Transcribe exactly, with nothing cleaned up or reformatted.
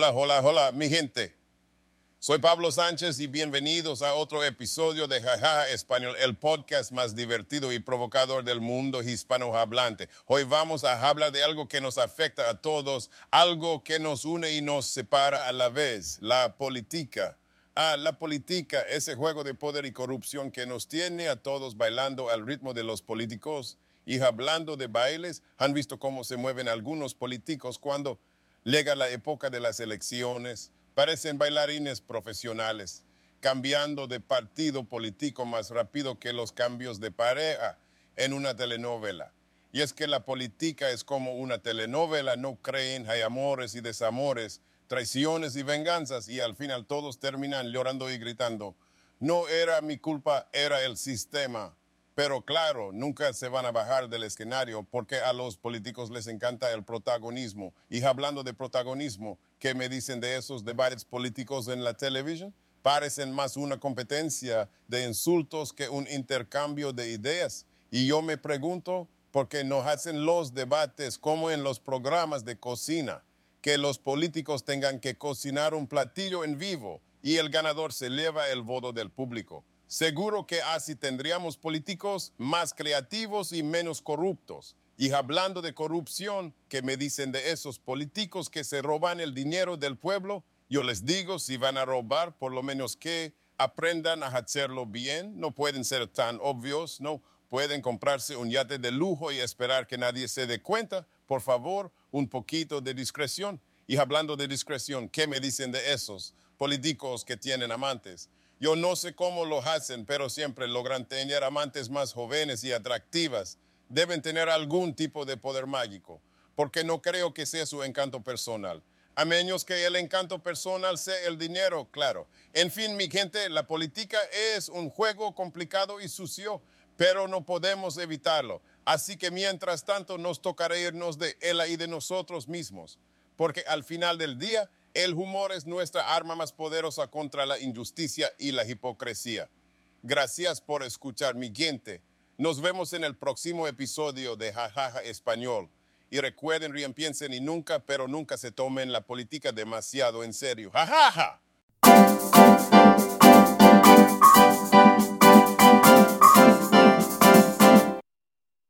Hola, hola, hola, mi gente. Soy Pablo Sánchez y bienvenidos a otro episodio de Jajaja Español, el podcast más divertido y provocador del mundo hispanohablante. Hoy vamos a hablar de algo que nos afecta a todos, algo que nos une y nos separa a la vez, la política. Ah, la política, ese juego de poder y corrupción que nos tiene a todos bailando al ritmo de los políticos. Y hablando de bailes, han visto cómo se mueven algunos políticos cuando llega la época de las elecciones. Parecen bailarines profesionales, cambiando de partido político más rápido que los cambios de pareja en una telenovela. Y es que la política es como una telenovela, no creen, hay amores y desamores, traiciones y venganzas, y al final todos terminan llorando y gritando, no era mi culpa, era el sistema. Pero claro, nunca se van a bajar del escenario porque a los políticos les encanta el protagonismo. Y hablando de protagonismo, ¿qué me dicen de esos debates políticos en la televisión? Parecen más una competencia de insultos que un intercambio de ideas. Y yo me pregunto, ¿por qué no hacen los debates como en los programas de cocina? Que los políticos tengan que cocinar un platillo en vivo y el ganador se lleva el voto del público. Seguro que así tendríamos políticos más creativos y menos corruptos. Y hablando de corrupción, ¿qué me dicen de esos políticos que se roban el dinero del pueblo? Yo les digo, si van a robar, por lo menos que aprendan a hacerlo bien. No pueden ser tan obvios, no pueden comprarse un yate de lujo y esperar que nadie se dé cuenta. Por favor, un poquito de discreción. Y hablando de discreción, ¿qué me dicen de esos políticos que tienen amantes? Yo no sé cómo lo hacen, pero siempre logran tener amantes más jóvenes y atractivas. Deben tener algún tipo de poder mágico, porque no creo que sea su encanto personal. A menos que el encanto personal sea el dinero, claro. En fin, mi gente, la política es un juego complicado y sucio, pero no podemos evitarlo. Así que mientras tanto nos tocará irnos de él y de nosotros mismos, porque al final del día, el humor es nuestra arma más poderosa contra la injusticia y la hipocresía. Gracias por escuchar, mi gente. Nos vemos en el próximo episodio de Jajaja Español. Y recuerden, ríen, piensen y nunca, pero nunca se tomen la política demasiado en serio. ¡Jajaja!